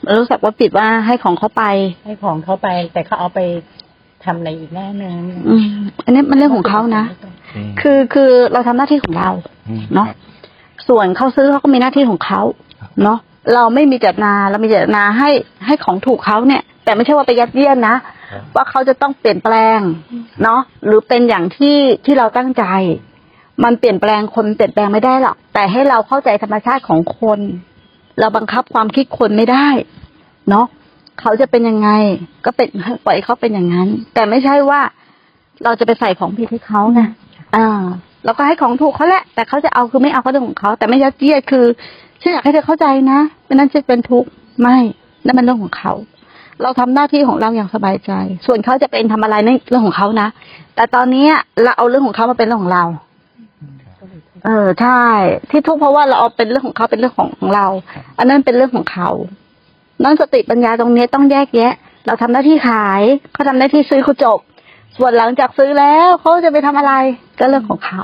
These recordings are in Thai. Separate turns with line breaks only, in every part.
รู้สึกว่าผิดว่าให้ของเขาไป
ให้ของเขาไปแต่เขาเอาไปทำอะไรอีกแน่นึง
อันนี้มันเรื่องของเขานะคือเราทำหน้าที่ของเราเนาะส่วนเขาซื้อเขาก็มีหน้าที่ของเขาเนาะเราไม่มีเจตนาเรามีเจตนาให้ของถูกเขาเนี่ยแต่ไม่ใช่ว่าไปยัดเยียดนะว่าเขาจะต้องเปลี่ยนแปลงเนาะหรือเป็นอย่างที่เราตั้งใจมันเปลี่ยนแปลงคนเปลี่ยนแปลงไม่ได้หรอกแต่ให้เราเข้าใจธรรมชาติของคนเราบังคับความคิดคนไม่ได้เนาะเขาจะเป็นยังไงก็เป็นปล่อยเขาเป็นอย่างนั้นแต่ไม่ใช่ว่าเราจะไปใส่ของผิดให้เขานะเราก็ให้ของถูกเขาแหละแต่เขาจะเอาคือไม่เอาเขาเรื่องของเขาแต่ไม่ยัดเยียดคือฉันอยากให้เธอเข้าใจนะไม่นั้นจะเป็นทุกข์ไม่นั่นมันเรื่องของเขาเราทำหน้าที่ของเราอย่างสบายใจส่วนเขาจะเป็นทำอะไรในเรื่องของเขานะแต่ตอนนี้เราเอาเรื่องของเขามาเป็นเรื่องของเราใช่ที่ทุกข์เพราะว่าเราเอาเป็นเรื่องของเขาเป็นเรื่องของเราอันนั้นเป็นเรื่องของเขานั่นสติปัญญาตรงนี้ต้องแยกแยะเราทำหน้าที่ขายเขาทำหน้าที่ซื้อเขาจบส่วนหลังจากซื้อแล้วเขาจะไปทำอะไรก็เรื่องของเขา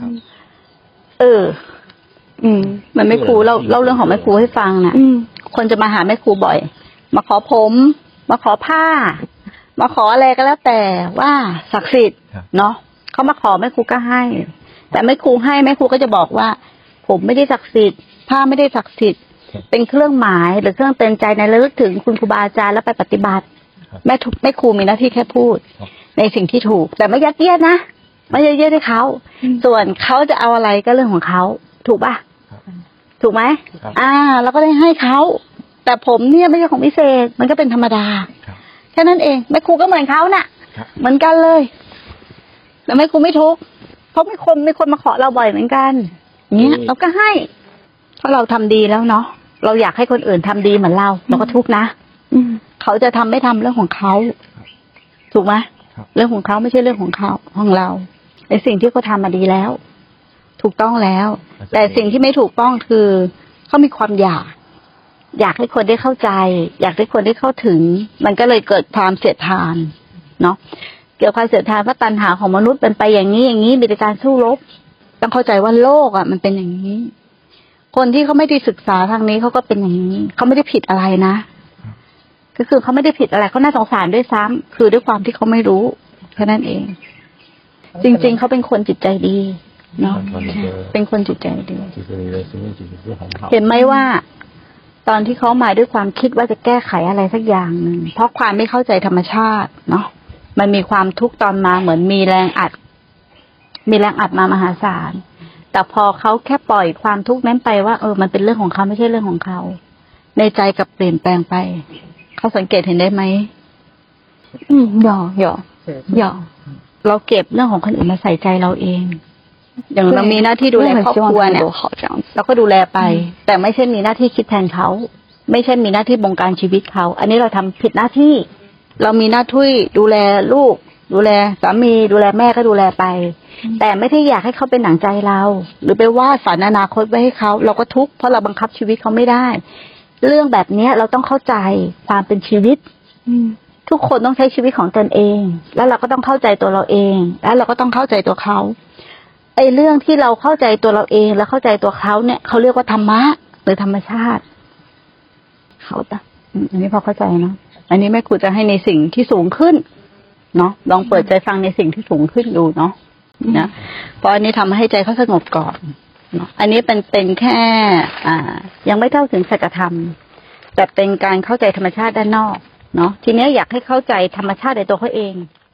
มันไม่ครูเราเรื่องของแม่ครูให้ฟังนะคนจะมาหาแม่ครูบ่อยมาขอผมมาขอผ้ามาขออะไรก็แล้วแต่ว่าศักดิ์สิทธิ์เนาะเขามาขอแม่ครูก็ให้แต่แม่ครูให้แม่ครูก็จะบอกว่าผมไม่ได้ศักดิ์สิทธิ์ผ้าไม่ได้ศักดิ์สิทธิ์เป็นเครื่องหมายหรือเครื่องเตือนใจในระลึกถึงคุณครูบาอาจารย์แล้วไปปฏิบัติแม่ครูมีหน้าที่แค่พูดในสิ่งที่ถูกแต่ไม่ยัดเยียดนะไม่ยัดเยียดให้เขาส่วนเขาจะเอาอะไรก็เรื่องของเขาถูกป่ะถูกไหมเราก็ได้ให้เขาแต่ผมเนี่ยไม่ใช่ของพิเศษมันก็เป็นธรรมดาแค่นั้นเองแม่ครูก็เหมือนเขาน่ะเหมือนกันเลยแล้วแม่ครูไม่ทุกข์เพราะมีคนมาขอเราบ่อยเหมือนกันเนี้ยเราก็ให้เพราะเราทำดีแล้วเนาะเราอยากให้คนอื่นทำดีเหมือนเราก็ทุกข์นะเขาจะทำไม่ทำเรื่องของเขาถูกไหมเรื่องของเขาไม่ใช่เรื่องของเขาของเราในสิ่งที่เขาทำมาดีแล้วถูกต้องแล้วแต่สิ่งที่ไม่ถูกต้องคือเขามีความอยากให้คนได้เข้าใจอยากให้คนได้เข้าถึงมันก็เลยเกิดความเสียดทานเนาะเกี่ยวกับความเสียดทานว่าตัณหาของมนุษย์เป็นไปอย่างนี้มีแต่การสู้รบต้องเข้าใจว่าโลกมันเป็นอย่างนี้คนที่เขาไม่ได้ศึกษาทางนี้เขาก็เป็นอย่างนี้เขาไม่ได้ผิดอะไรนะก็คือเขาไม่ได้ผิดอะไรเขาน่าสงสารด้วยซ้ำคือด้วยความที่เขาไม่รู้แค่นั้นเองจริงๆเขาเป็นคนจิตใจดีเนาะเป็นคนจิตใจดีเห็นไหมว่าตอนที่เขามาด้วยความคิดว่าจะแก้ไขอะไรสักอย่างหนึ่งเพราะความไม่เข้าใจธรรมชาติเนาะมันมีความทุกข์ตอนมาเหมือนมีแรงอัดมามหาศาลแต่พอเขาแค่ปล่อยความทุกข์นั้นไปว่ามันเป็นเรื่องของเขาไม่ใช่เรื่องของเขาในใจกับเปลี่ยนแปลงไปเขาสังเกตเห็นได้ไหมหยอกเราเก็บเรื่องของคนอื่นมาใส่ใจเราเองอย่างเรามีหน้าที่ดูแลครอบครัวเนี่ยเราก็ดูแลไปแต่ไม่ใช่มีหน้าที่คิดแทนเขาไม่ใช่มีหน้าที่บงการชีวิตเขาอันนี้เราทำผิดหน้าที่เรามีหน้าที่ดูแลลูกดูแลสามีดูแลแม่ก็ดูแลไปแต่ไม่ได้อยากให้เขาเป็นหนังใจเราหรือไปวาดฝันอนาคตไว้ให้เขาเราก็ทุกข์เพราะเราบังคับชีวิตเขาไม่ได้เรื่องแบบนี้เราต้องเข้าใจความเป็นชีวิตทุกคนต้องใช้ชีวิตของตนเองแล้วเราก็ต้องเข้าใจตัวเราเองแล้วเราก็ต้องเข้าใจตัวเขาไอ้เรื่องที่เราเข้าใจตัวเราเองแล้วเข้าใจตัวเขาเนี่ยเขาเรียกว่าธรรมะหรือธรรมชาติเขาอันนี้พอเข้าใจเนาะอันนี้แม่ครูจะให้ในสิ่งที่สูงขึ้นเนาะลองเปิดใจฟังในสิ่งที่สูงขึ้นดูเนาะนะเพราะอันนี้ทำให้ใจเขาสงบก่อนเนาะอันนี้เป็นแค่ยังไม่เท่าถึงสัจธรรมแต่เป็นการเข้าใจธรรมชาติด้านนอกเนาะทีนี้อยากให้เข้าใจธรรมชาติในตัวเขาเอง